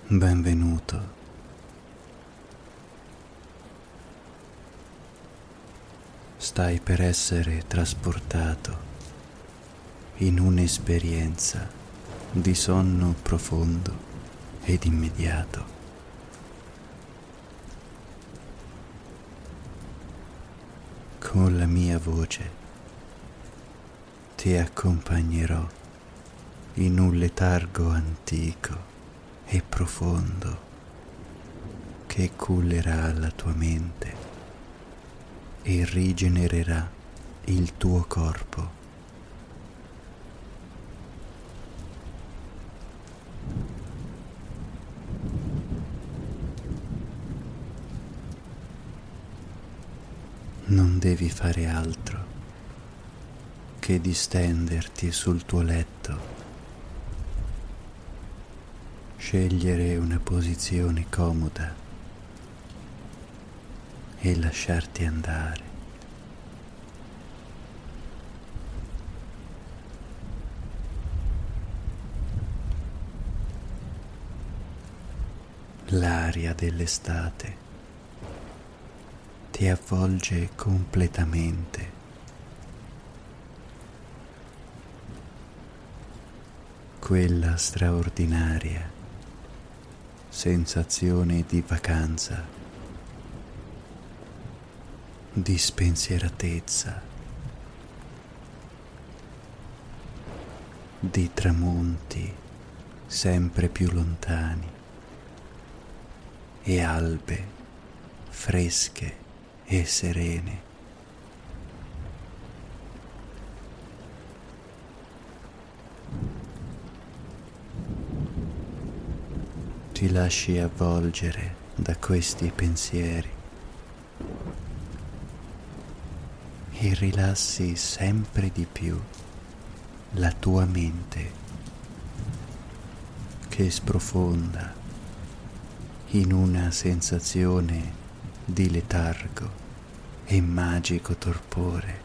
Benvenuto. Stai per essere trasportato in un'esperienza di sonno profondo ed immediato. Con la mia voce ti accompagnerò in un letargo antico e profondo che cullerà la tua mente e rigenererà il tuo corpo. Non devi fare altro che distenderti sul tuo letto, scegliere una posizione comoda e lasciarti andare. L'aria dell'estate ti avvolge completamente. Quella straordinaria sensazione di vacanza, di spensieratezza, di tramonti sempre più lontani e albe fresche e serene. Ti lasci avvolgere da questi pensieri e rilassi sempre di più la tua mente che sprofonda in una sensazione di letargo e magico torpore.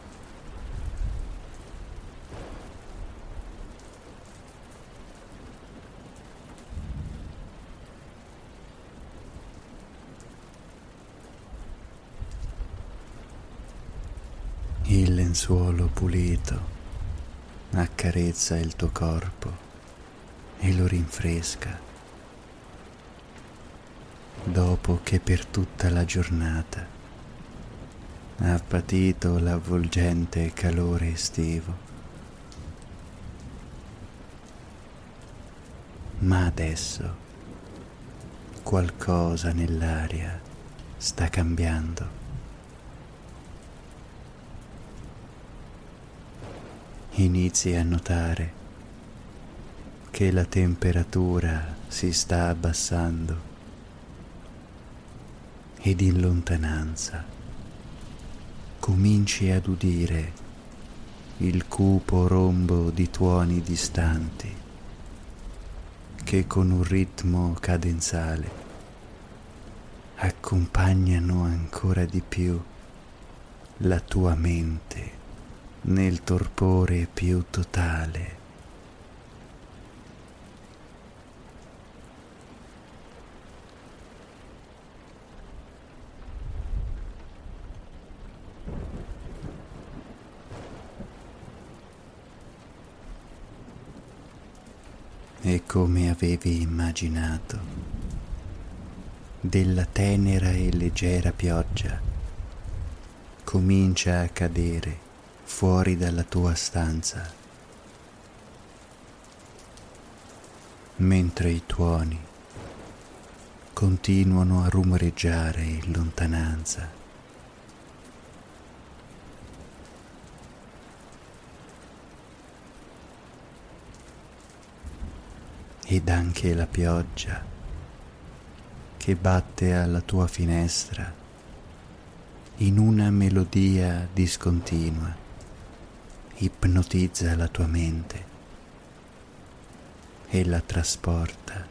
Il lenzuolo pulito accarezza il tuo corpo e lo rinfresca, dopo che per tutta la giornata ha patito l'avvolgente calore estivo. Ma adesso qualcosa nell'aria sta cambiando. Inizi a notare che la temperatura si sta abbassando ed in lontananza cominci ad udire il cupo rombo di tuoni distanti che con un ritmo cadenzale accompagnano ancora di più la tua mente nel torpore più totale. E come avevi immaginato, della tenera e leggera pioggia comincia a cadere fuori dalla tua stanza, mentre i tuoni continuano a rumoreggiare in lontananza. Ed anche la pioggia che batte alla tua finestra in una melodia discontinua ipnotizza la tua mente e la trasporta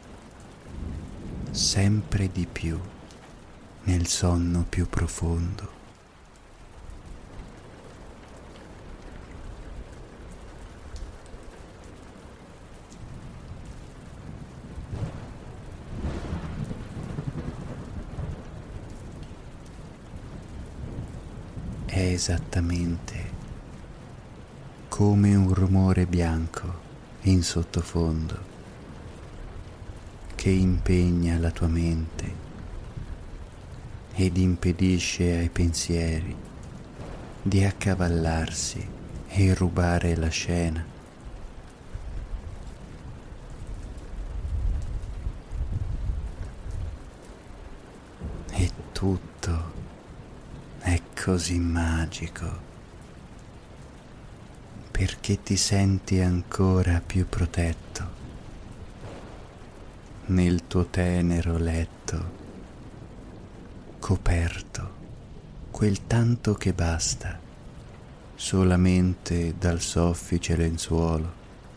sempre di più nel sonno più profondo. esattamente come un rumore bianco in sottofondo che impegna la tua mente ed impedisce ai pensieri di accavallarsi e rubare la scena. E tutto è così magico perché ti senti ancora più protetto nel tuo tenero letto, coperto quel tanto che basta solamente dal soffice lenzuolo,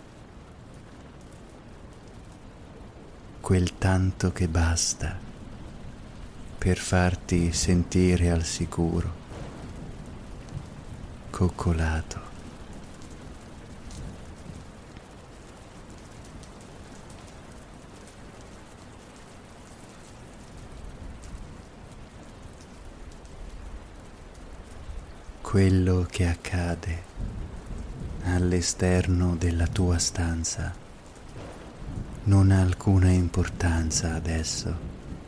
quel tanto che basta per farti sentire al sicuro, coccolato. Quello che accade all'esterno della tua stanza non ha alcuna importanza adesso.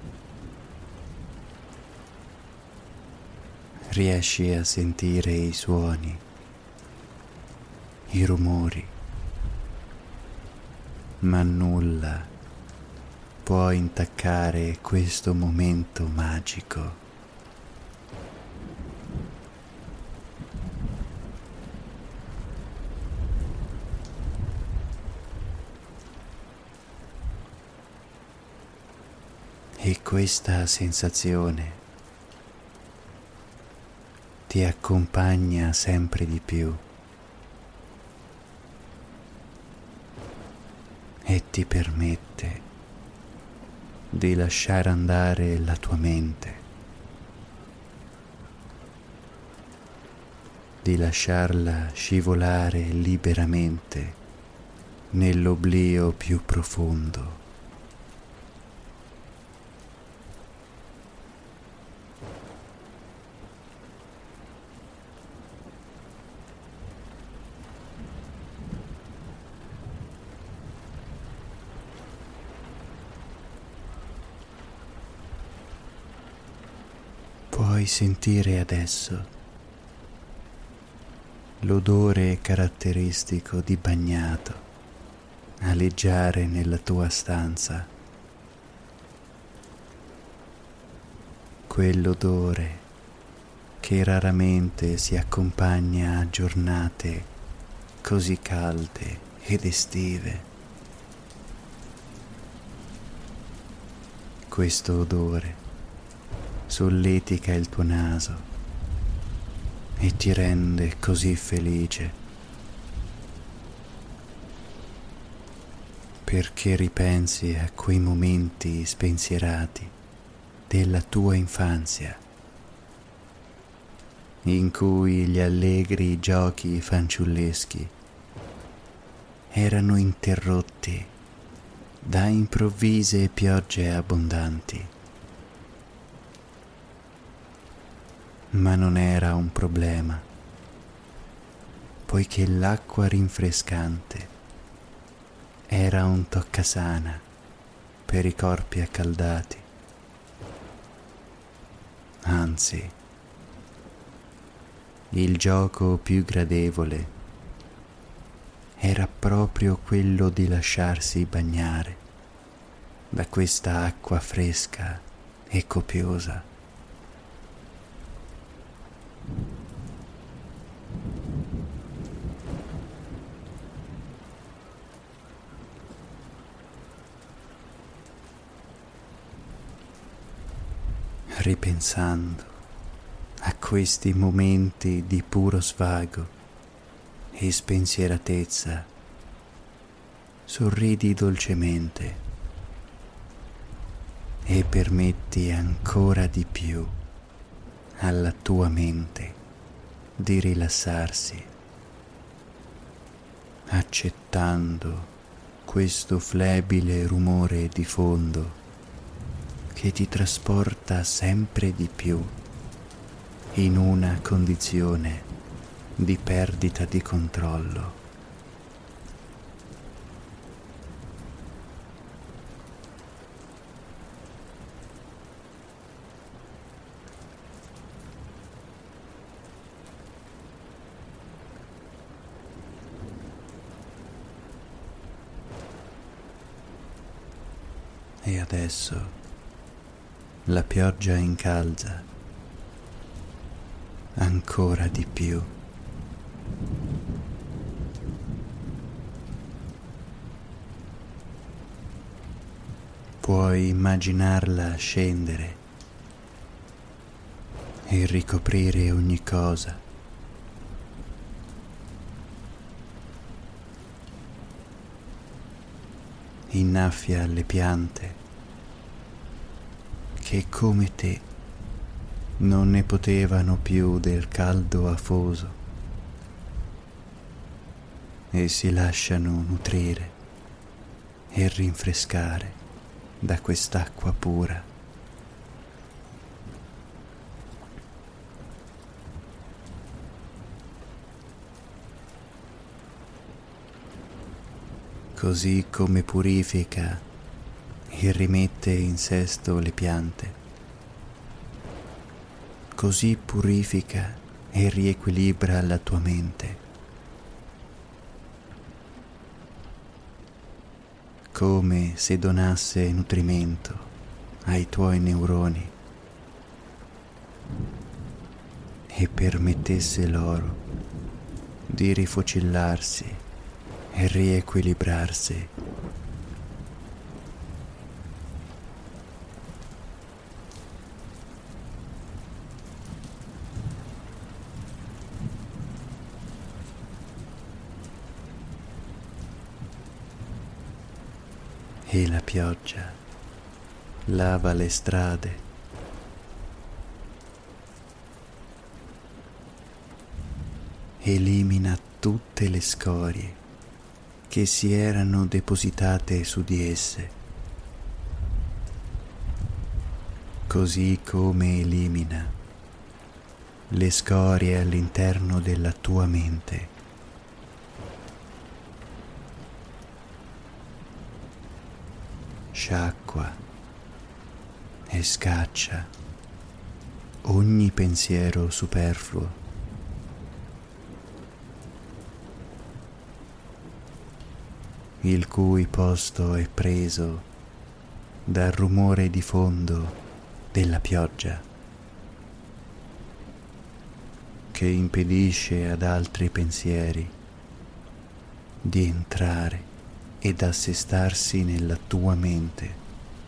Riesci a sentire i suoni, i rumori, ma nulla può intaccare questo momento magico. E questa sensazione ti accompagna sempre di più e ti permette di lasciare andare la tua mente, di lasciarla scivolare liberamente nell'oblio più profondo. Puoi sentire adesso l'odore caratteristico di bagnato aleggiare nella tua stanza, quell'odore che raramente si accompagna a giornate così calde ed estive. Questo odore solletica il tuo naso e ti rende così felice perché ripensi a quei momenti spensierati della tua infanzia in cui gli allegri giochi fanciulleschi erano interrotti da improvvise piogge abbondanti. Ma non era un problema, poiché l'acqua rinfrescante era un toccasana per i corpi accaldati. Anzi, il gioco più gradevole era proprio quello di lasciarsi bagnare da questa acqua fresca e copiosa. Ripensando a questi momenti di puro svago e spensieratezza, sorridi dolcemente e permetti ancora di più alla tua mente di rilassarsi, accettando questo flebile rumore di fondo che ti trasporta sempre di più in una condizione di perdita di controllo. E adesso la pioggia incalza ancora di più. Puoi immaginarla scendere e ricoprire ogni cosa. Innaffia le piante che come te non ne potevano più del caldo afoso e si lasciano nutrire e rinfrescare da quest'acqua pura. Così come purifica e rimette in sesto le piante, così purifica e riequilibra la tua mente, come se donasse nutrimento ai tuoi neuroni e permettesse loro di rifocillarsi e riequilibrarsi. E la pioggia lava le strade, elimina tutte le scorie che si erano depositate su di esse, così come elimina le scorie all'interno della tua mente. Sciacqua e scaccia ogni pensiero superfluo, il cui posto è preso dal rumore di fondo della pioggia, che impedisce ad altri pensieri di entrare ed assestarsi nella tua mente.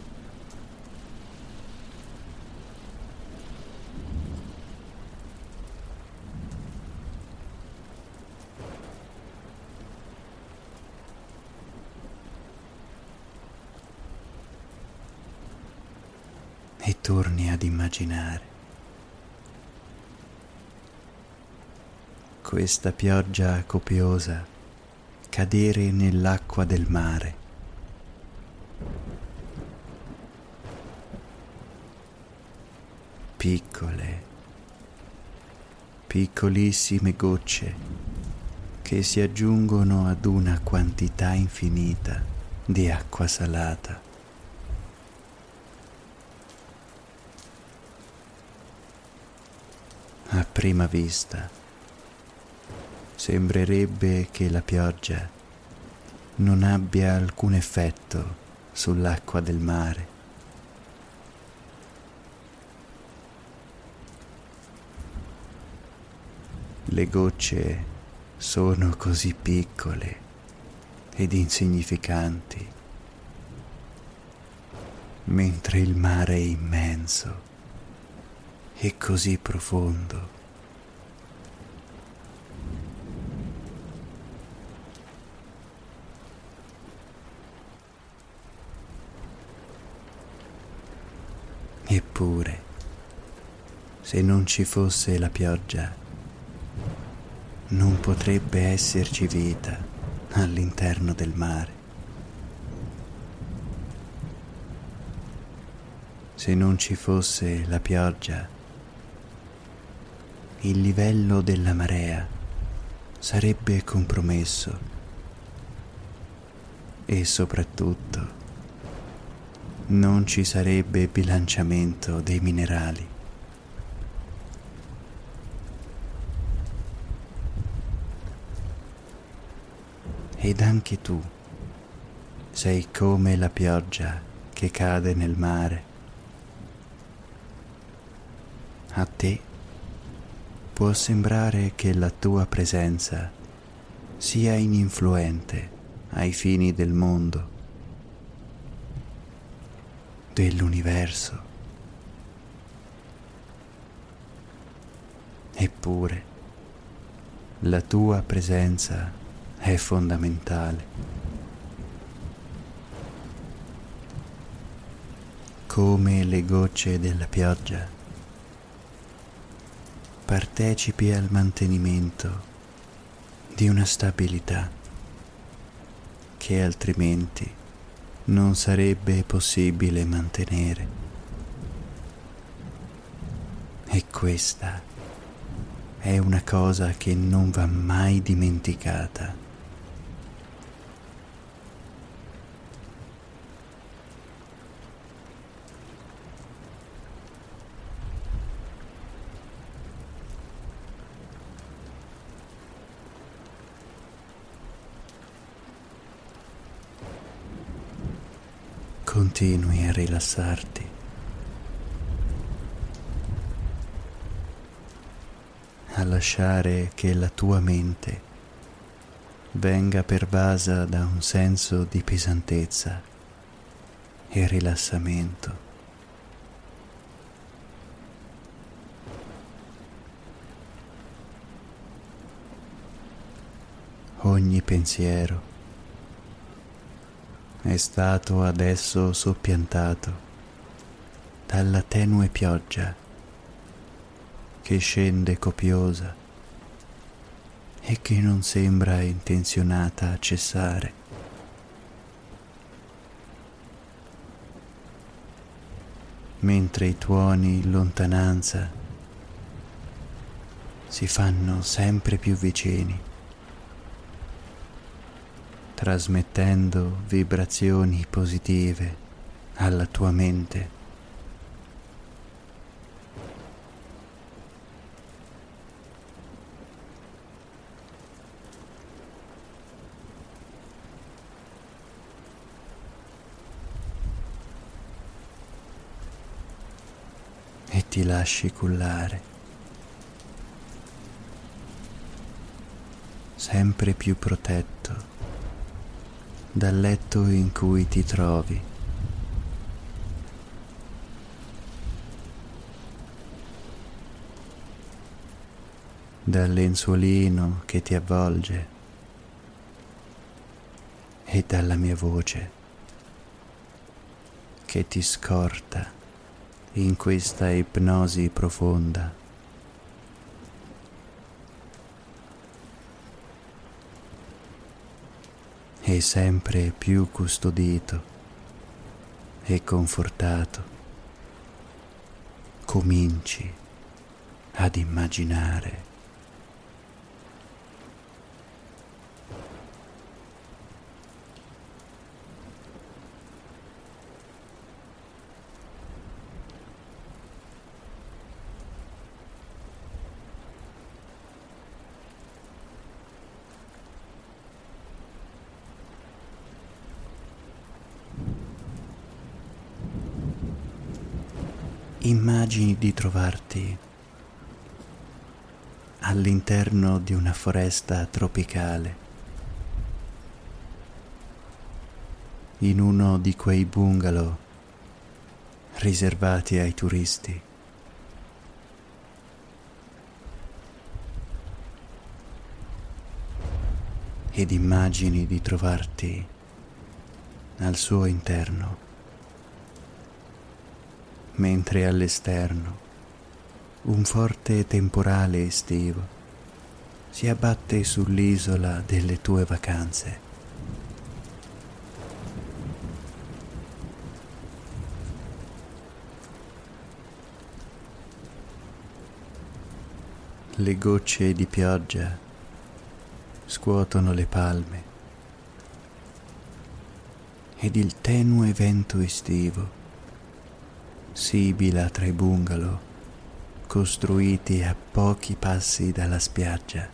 E torni ad immaginare questa pioggia copiosa cadere nell'acqua del mare. Piccole, piccolissime gocce che si aggiungono ad una quantità infinita di acqua salata. A prima vista sembrerebbe che la pioggia non abbia alcun effetto sull'acqua del mare. Le gocce sono così piccole ed insignificanti, mentre il mare è immenso e così profondo. Eppure, se non ci fosse la pioggia, non potrebbe esserci vita all'interno del mare. Se non ci fosse la pioggia, il livello della marea sarebbe compromesso e soprattutto non ci sarebbe bilanciamento dei minerali. Ed anche tu sei come la pioggia che cade nel mare. A te può sembrare che la tua presenza sia ininfluente ai fini del mondo, dell'universo. Eppure, la tua presenza è fondamentale. Come le gocce della pioggia, partecipi al mantenimento di una stabilità che altrimenti non sarebbe possibile mantenere. E questa è una cosa che non va mai dimenticata. Continui a rilassarti, a lasciare che la tua mente venga pervasa da un senso di pesantezza e rilassamento. Ogni pensiero è stato adesso soppiantato dalla tenue pioggia che scende copiosa e che non sembra intenzionata a cessare. Mentre i tuoni in lontananza si fanno sempre più vicini, trasmettendo vibrazioni positive alla tua mente. E ti lasci cullare, sempre più protetto dal letto in cui ti trovi. Dal lenzuolino che ti avvolge e dalla mia voce che ti scorta in questa ipnosi profonda. E sempre più custodito e confortato, cominci ad immaginare. Immagini di trovarti all'interno di una foresta tropicale, in uno di quei bungalow riservati ai turisti. Ed immagini di trovarti al suo interno, mentre all'esterno un forte temporale estivo si abbatte sull'isola delle tue vacanze. Le gocce di pioggia scuotono le palme ed il tenue vento estivo sibila tra i bungalow costruiti a pochi passi dalla spiaggia.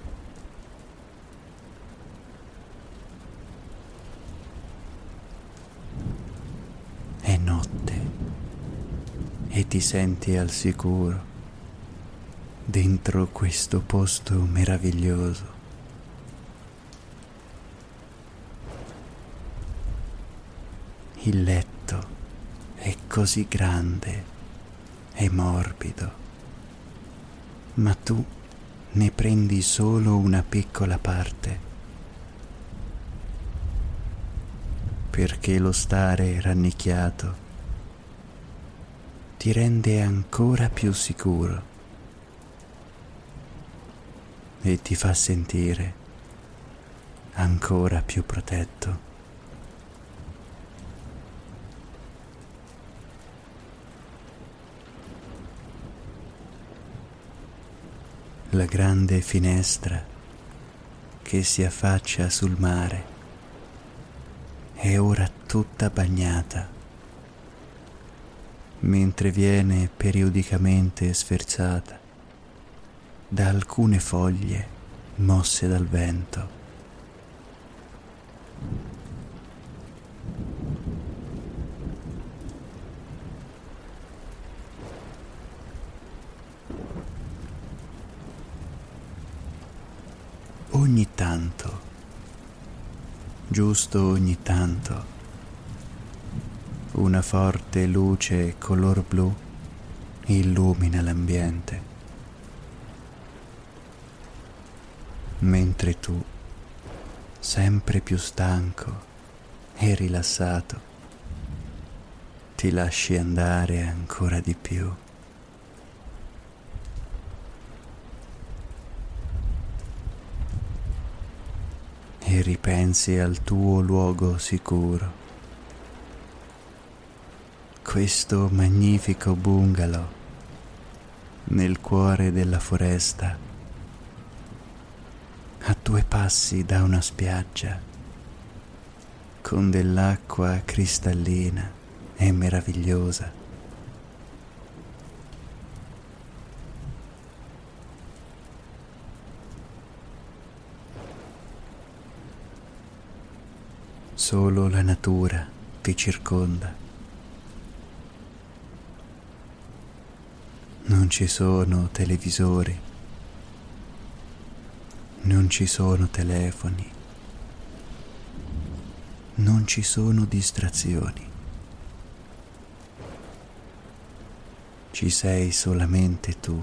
È notte e ti senti al sicuro dentro questo posto meraviglioso. Il letto è così grande e morbido, ma tu ne prendi solo una piccola parte, perché lo stare rannicchiato ti rende ancora più sicuro e ti fa sentire ancora più protetto. La grande finestra che si affaccia sul mare è ora tutta bagnata, mentre viene periodicamente sferzata da alcune foglie mosse dal vento. Ogni tanto, giusto ogni tanto, una forte luce color blu illumina l'ambiente, mentre tu, sempre più stanco e rilassato, ti lasci andare ancora di più. E ripensi al tuo luogo sicuro, questo magnifico bungalow nel cuore della foresta, a 2 passi da una spiaggia, con dell'acqua cristallina e meravigliosa. Solo la natura ti circonda. Non ci sono televisori, non ci sono telefoni, non ci sono distrazioni. Ci sei solamente tu,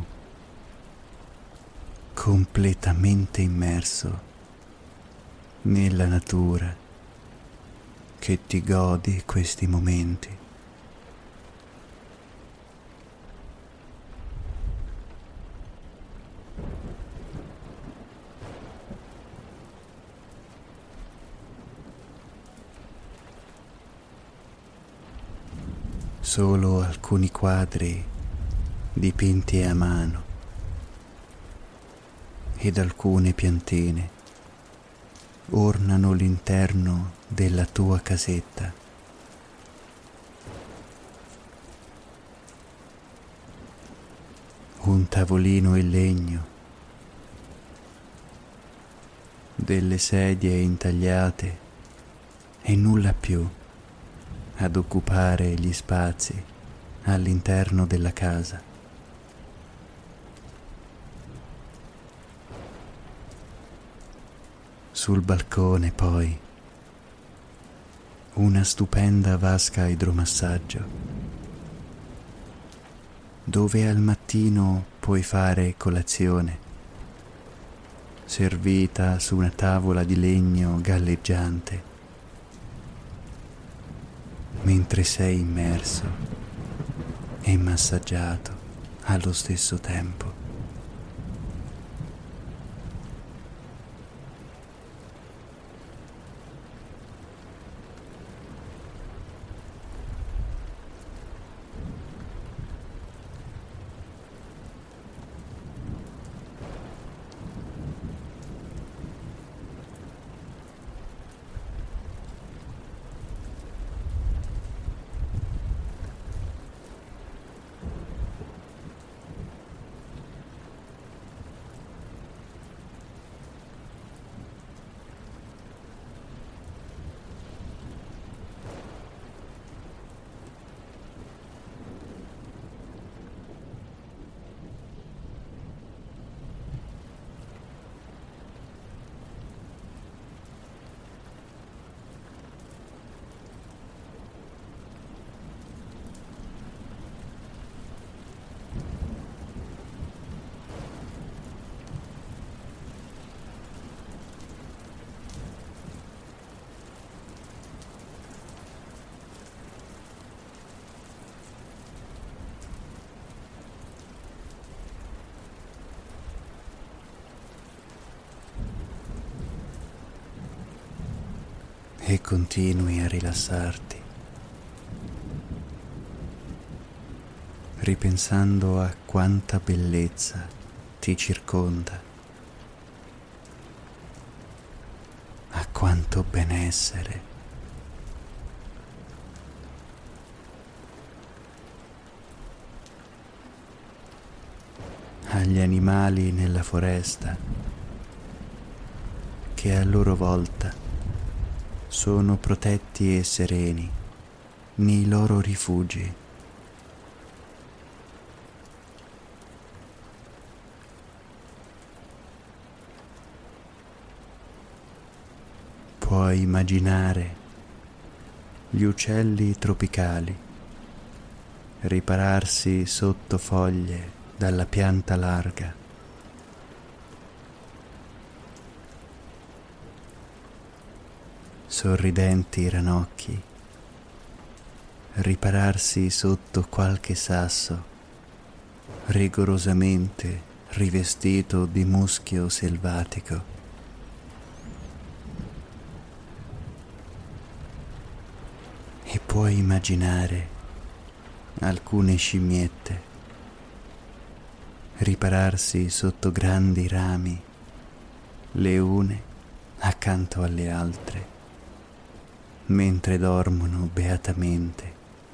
completamente immerso nella natura, che ti godi questi momenti. Solo alcuni quadri dipinti a mano ed alcune piantine ornano l'interno della tua casetta. Un tavolino in legno, delle sedie intagliate e nulla più ad occupare gli spazi all'interno della casa. Sul balcone poi una stupenda vasca a idromassaggio, dove al mattino puoi fare colazione, servita su una tavola di legno galleggiante, mentre sei immerso e massaggiato allo stesso tempo. e continui a rilassarti, ripensando a quanta bellezza ti circonda, a quanto benessere. Agli animali nella foresta, che a loro volta sono protetti e sereni nei loro rifugi. Puoi immaginare gli uccelli tropicali ripararsi sotto foglie dalla pianta larga, sorridenti ranocchi ripararsi sotto qualche sasso rigorosamente rivestito di muschio selvatico. E puoi immaginare alcune scimmiette ripararsi sotto grandi rami, le une accanto alle altre, mentre dormono beatamente.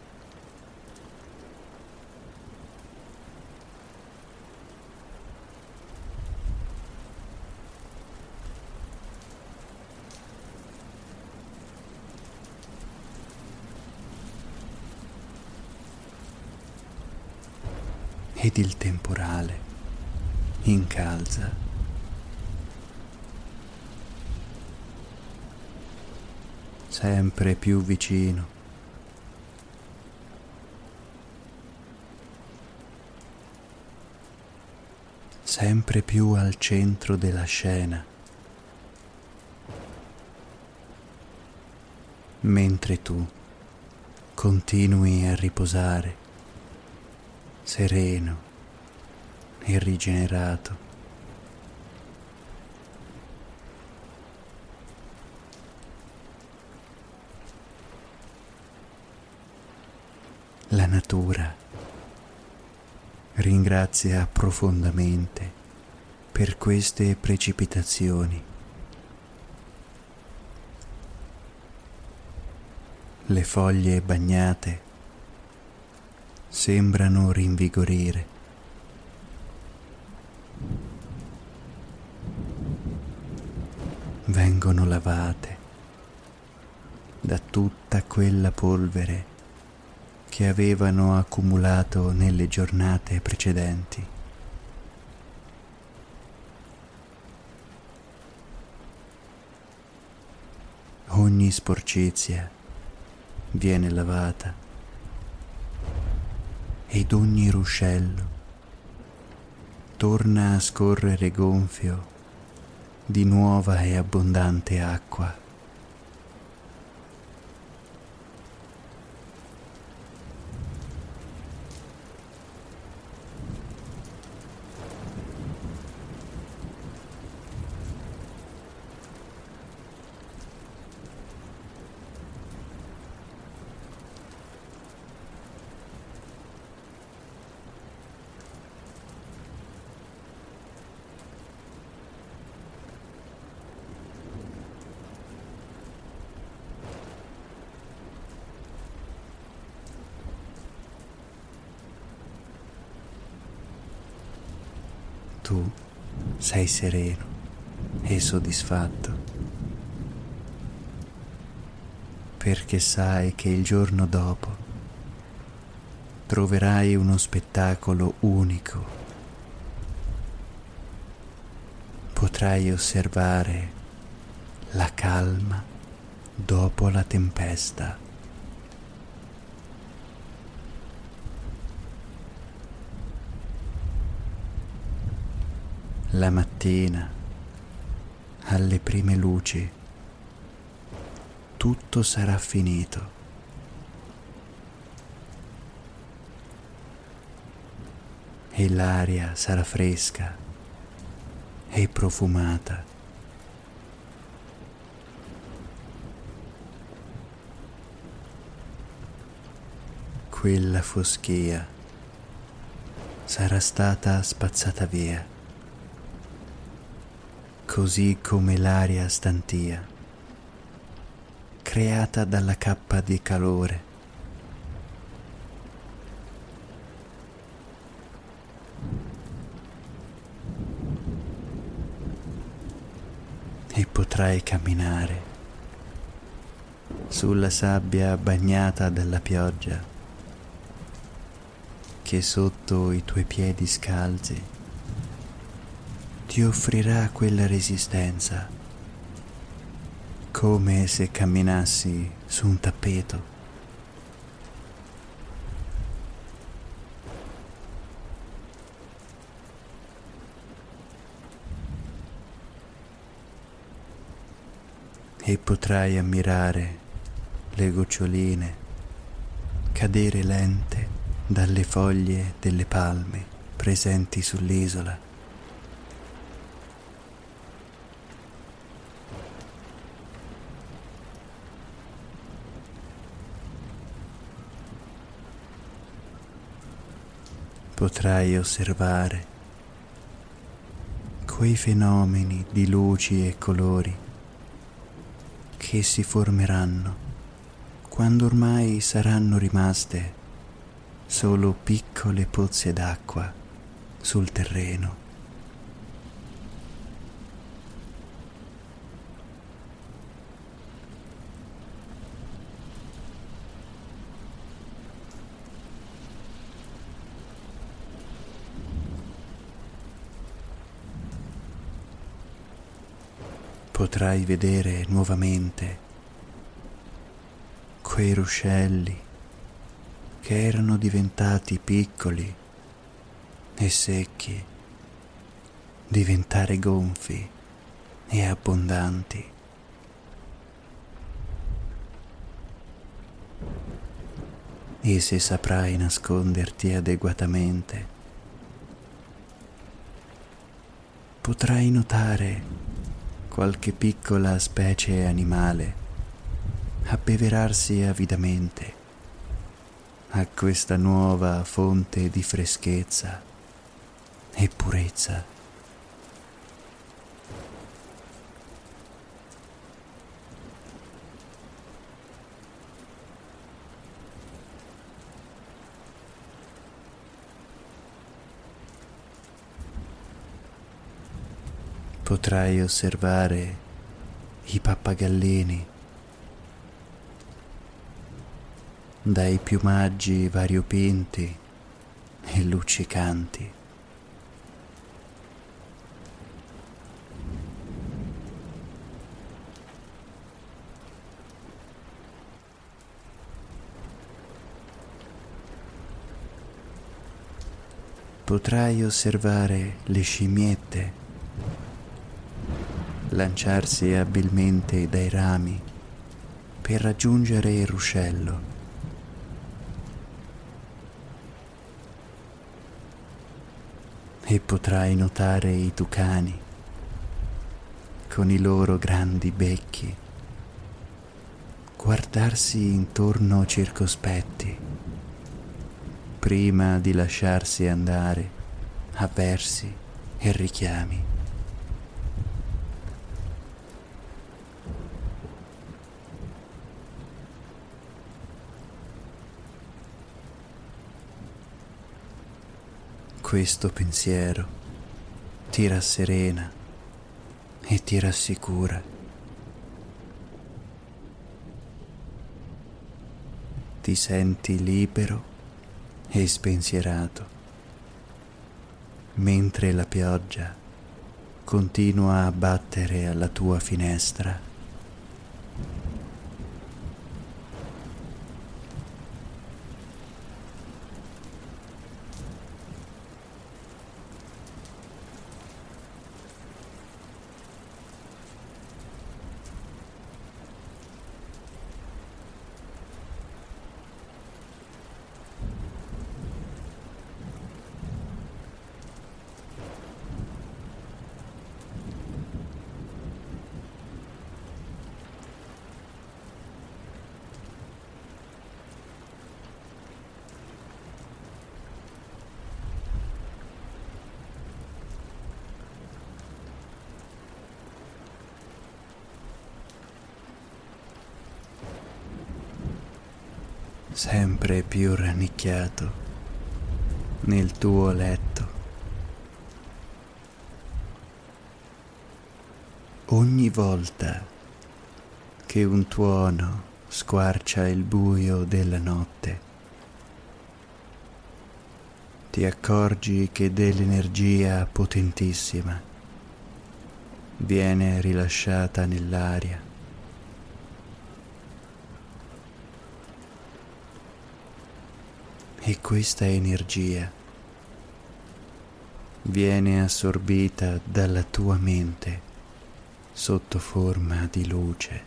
Ed il temporale incalza. Sempre più vicino. Sempre più al centro della scena. Mentre tu continui a riposare, sereno e rigenerato. La natura ringrazia profondamente per queste precipitazioni. Le foglie bagnate sembrano rinvigorire. Vengono lavate da tutta quella polvere che avevano accumulato nelle giornate precedenti. Ogni sporcizia viene lavata ed ogni ruscello torna a scorrere gonfio di nuova e abbondante acqua. Tu sei sereno e soddisfatto, perché sai che il giorno dopo troverai uno spettacolo unico. Potrai osservare la calma dopo la tempesta. La mattina, alle prime luci, tutto sarà finito. E l'aria sarà fresca e profumata. quella foschia sarà stata spazzata via, così come l'aria stantia, creata dalla cappa di calore. E potrai camminare sulla sabbia bagnata dalla pioggia che sotto i tuoi piedi scalzi ti offrirà quella resistenza, come se camminassi su un tappeto. E potrai ammirare le goccioline cadere lente dalle foglie delle palme presenti sull'isola. Potrai osservare quei fenomeni di luci e colori che si formeranno quando ormai saranno rimaste solo piccole pozze d'acqua sul terreno. Potrai vedere nuovamente quei ruscelli che erano diventati piccoli e secchi, diventare gonfi e abbondanti. E se saprai nasconderti adeguatamente, potrai notare qualche piccola specie animale abbeverarsi avidamente a questa nuova fonte di freschezza e purezza. Potrai osservare i pappagallini dai piumaggi variopinti e luccicanti. Potrai osservare le scimmiette lanciarsi abilmente dai rami per raggiungere il ruscello. E potrai notare i tucani con i loro grandi becchi guardarsi intorno circospetti prima di lasciarsi andare a versi e richiami. Questo pensiero ti rasserena e ti rassicura. Ti senti libero e spensierato, mentre la pioggia continua a battere alla tua finestra. sempre più rannicchiato nel tuo letto. Ogni volta che un tuono squarcia il buio della notte, ti accorgi che dell'energia potentissima viene rilasciata nell'aria. E questa energia viene assorbita dalla tua mente sotto forma di luce.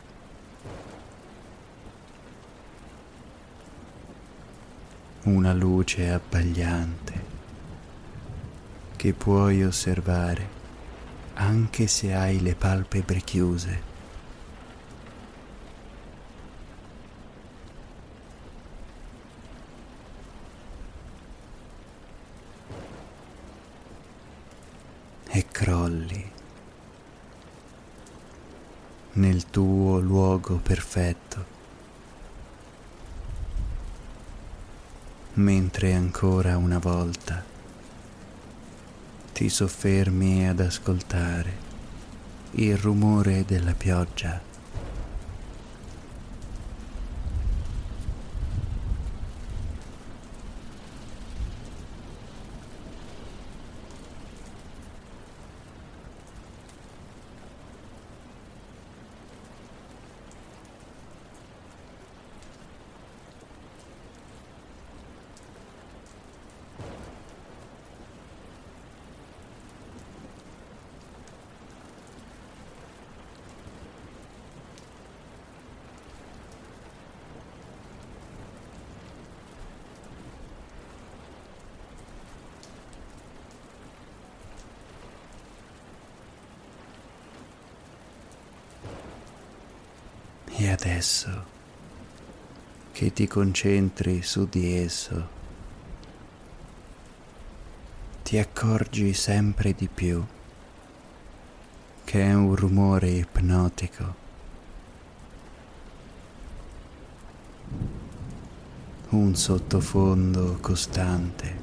Una luce abbagliante che puoi osservare anche se hai le palpebre chiuse. E crolli nel tuo luogo perfetto, mentre ancora una volta ti soffermi ad ascoltare il rumore della pioggia. E adesso che ti concentri su di esso, ti accorgi sempre di più che è un rumore ipnotico, un sottofondo costante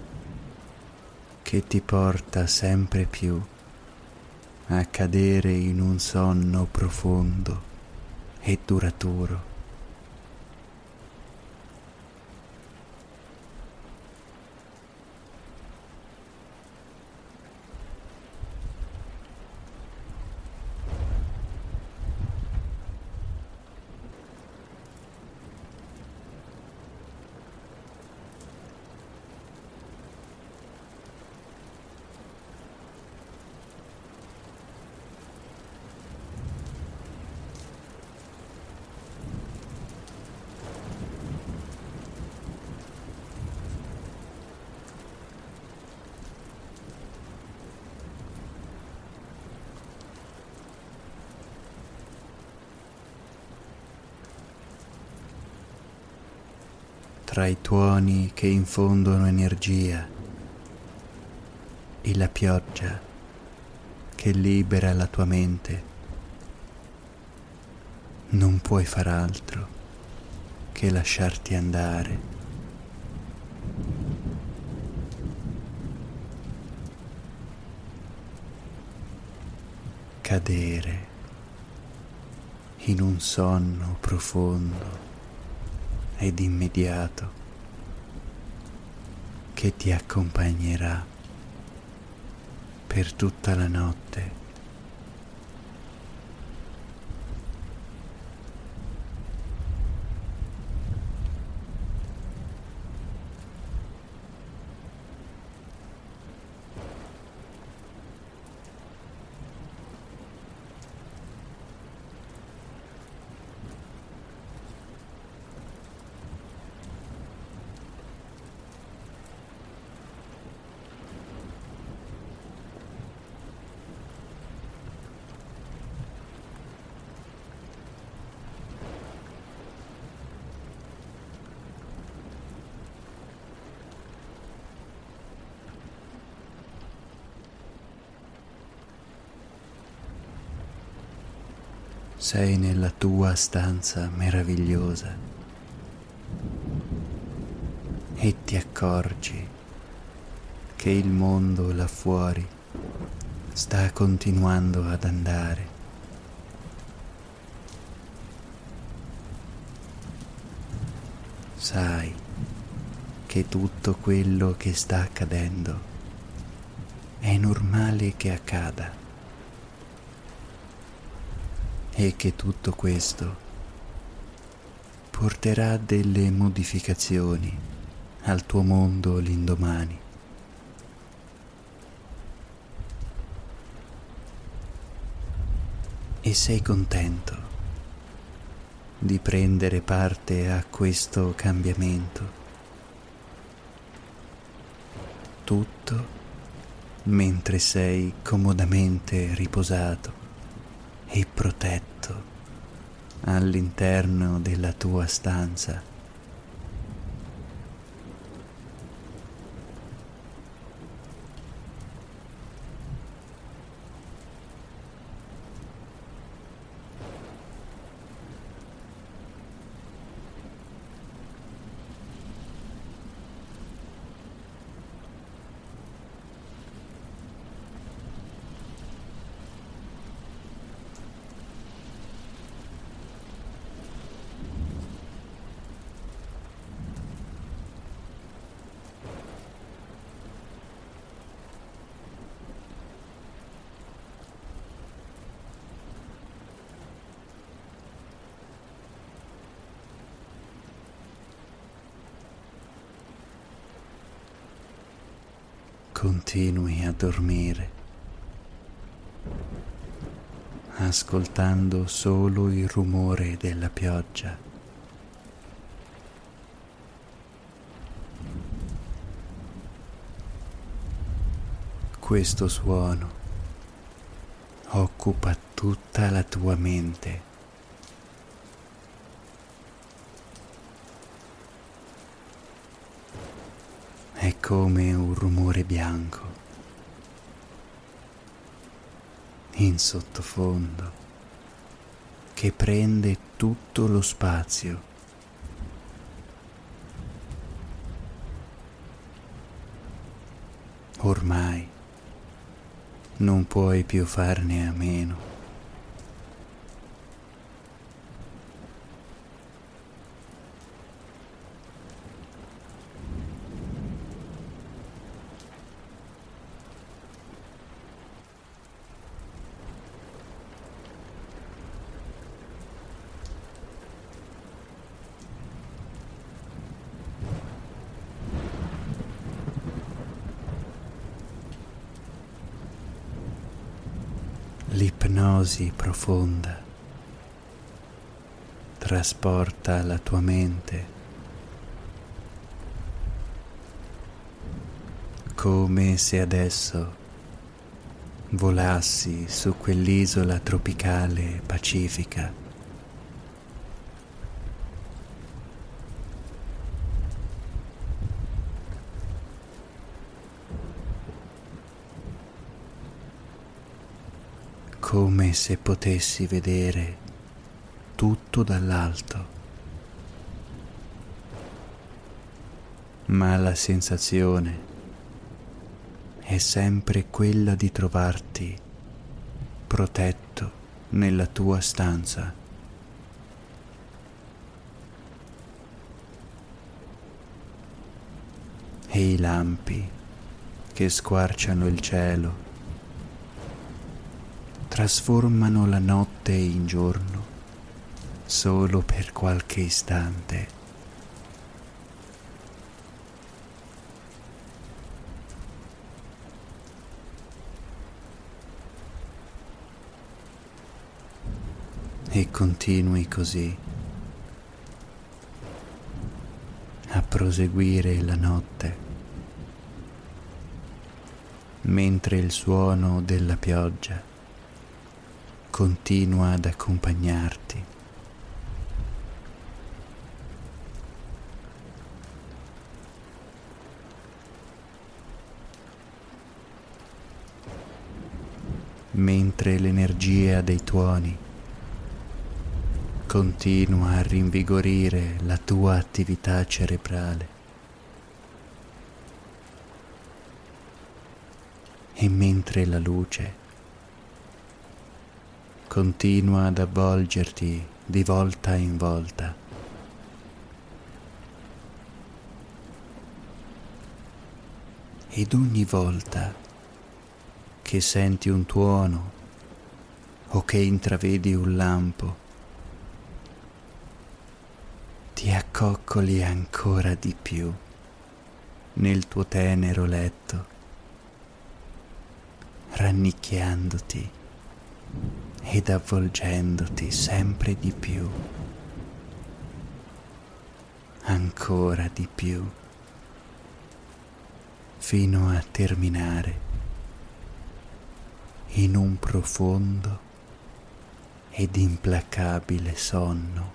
che ti porta sempre più a cadere in un sonno profondo e duraturo. Tra i tuoni che infondono energia e la pioggia che libera la tua mente, non puoi far altro che lasciarti andare. Cadere in un sonno profondo ed immediato che ti accompagnerà per tutta la notte. Sei nella tua stanza meravigliosa, e ti accorgi che il mondo là fuori sta continuando ad andare. Sai che tutto quello che sta accadendo è normale che accada e che tutto questo porterà delle modificazioni al tuo mondo l'indomani. E sei contento di prendere parte a questo cambiamento. Tutto mentre sei comodamente riposato e protetto all'interno della tua stanza. Continui a dormire, ascoltando solo il rumore della pioggia. Questo suono occupa tutta la tua mente. È come un rumore bianco in sottofondo che prende tutto lo spazio. Ormai non puoi più farne a meno. L'ipnosi profonda trasporta la tua mente come se adesso volassi su quell'isola tropicale pacifica. Come se potessi vedere tutto dall'alto, ma la sensazione è sempre quella di trovarti protetto nella tua stanza. E i lampi che squarciano il cielo trasformano la notte in giorno solo per qualche istante. E continui così a proseguire la notte, mentre il suono della pioggia continua ad accompagnarti. Mentre l'energia dei tuoni continua a rinvigorire la tua attività cerebrale. E mentre la luce continua ad avvolgerti di volta in volta, ed ogni volta che senti un tuono o che intravedi un lampo, ti accoccoli ancora di più nel tuo tenero letto, rannicchiandoti ed avvolgendoti sempre di più, ancora di più, fino a terminare in un profondo ed implacabile sonno.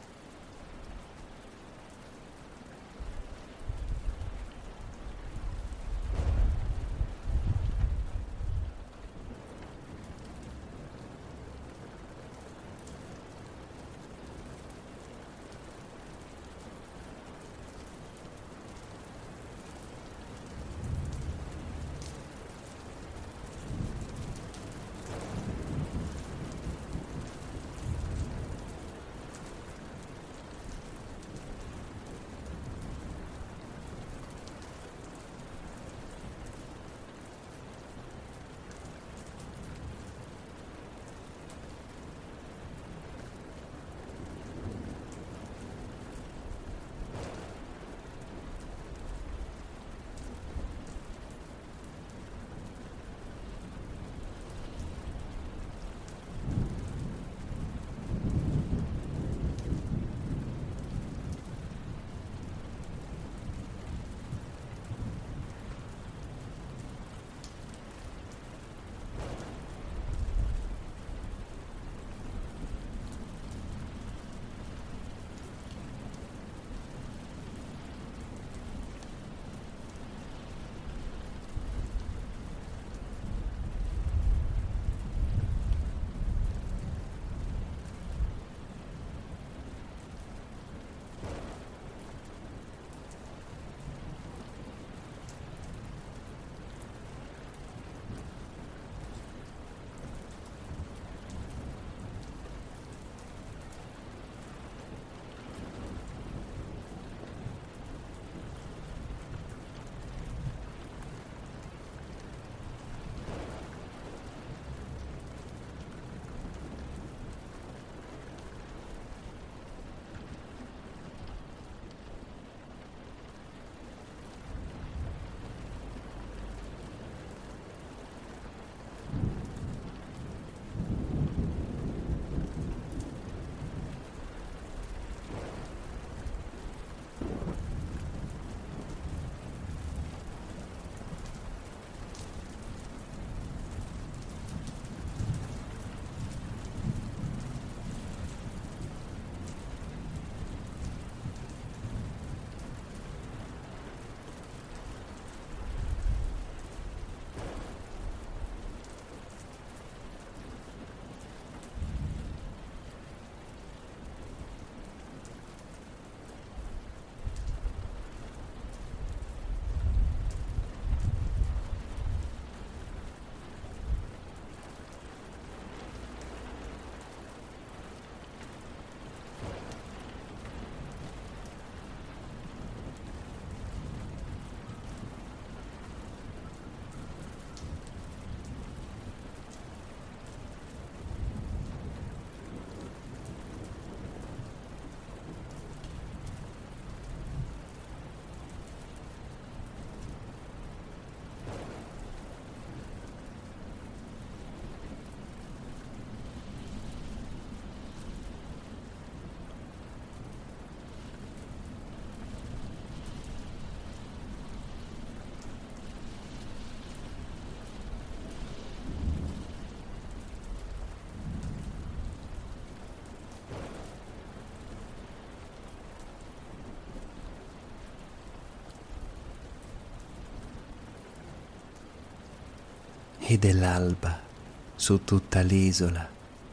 ed è l'alba su tutta l'isola.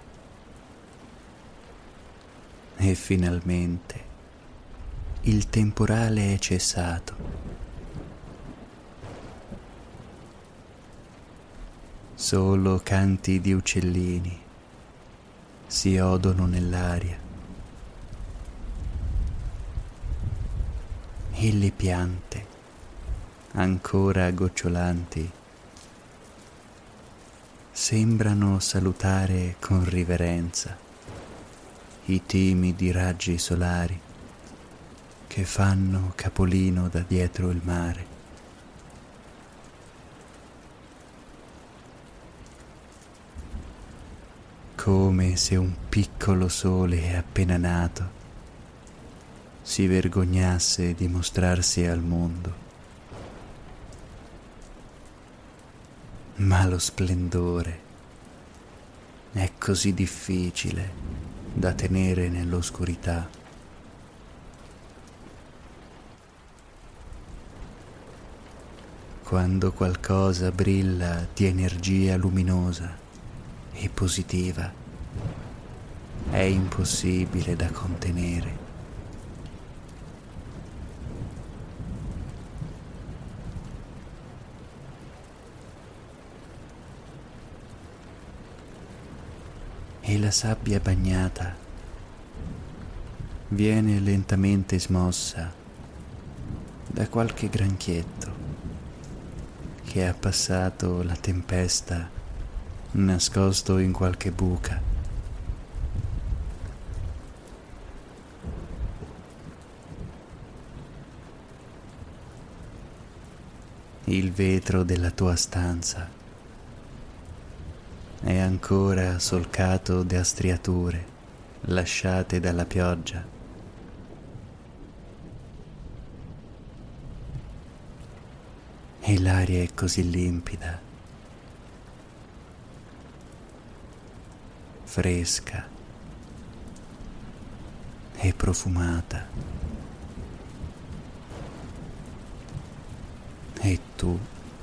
E finalmente il temporale è cessato Solo canti di uccellini si odono nell'aria e le piante, ancora gocciolanti, sembrano salutare con riverenza i timidi raggi solari che fanno capolino da dietro il mare. Come se un piccolo sole appena nato si vergognasse di mostrarsi al mondo. Ma lo splendore è così difficile da tenere nell'oscurità. Quando qualcosa brilla di energia luminosa e positiva, è impossibile da contenere. E la sabbia bagnata viene lentamente smossa da qualche granchietto che ha passato la tempesta nascosto in qualche buca. Il vetro della tua stanza è ancora solcato da striature lasciate dalla pioggia. E l'aria è così limpida, fresca e profumata. E tu,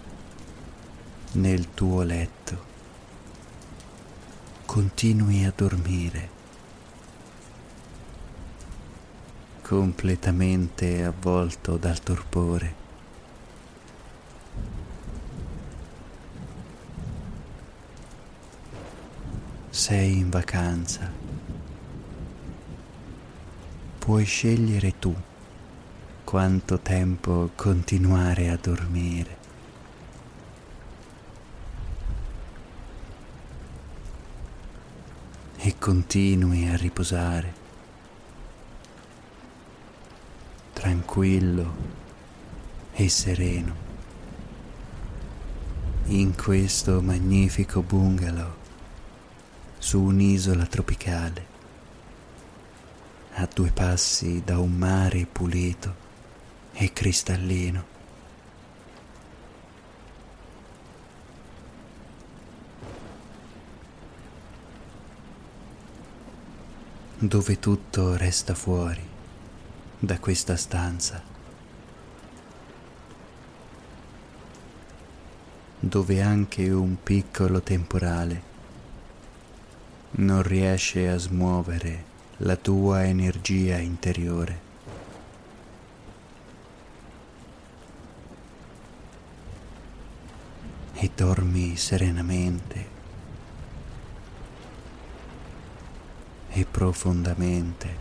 nel tuo letto, continui a dormire, completamente avvolto dal torpore. Sei in vacanza. Puoi scegliere tu quanto tempo continuare a dormire. E continui a riposare, tranquillo e sereno, in questo magnifico bungalow su un'isola tropicale, a 2 passi da un mare pulito e cristallino. Dove tutto resta fuori da questa stanza, dove anche un piccolo temporale non riesce a smuovere la tua energia interiore. E dormi serenamente e profondamente,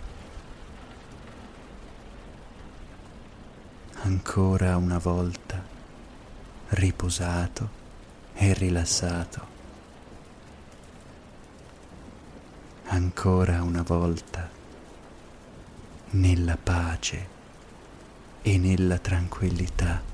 ancora una volta riposato e rilassato. Ancora una volta nella pace e nella tranquillità.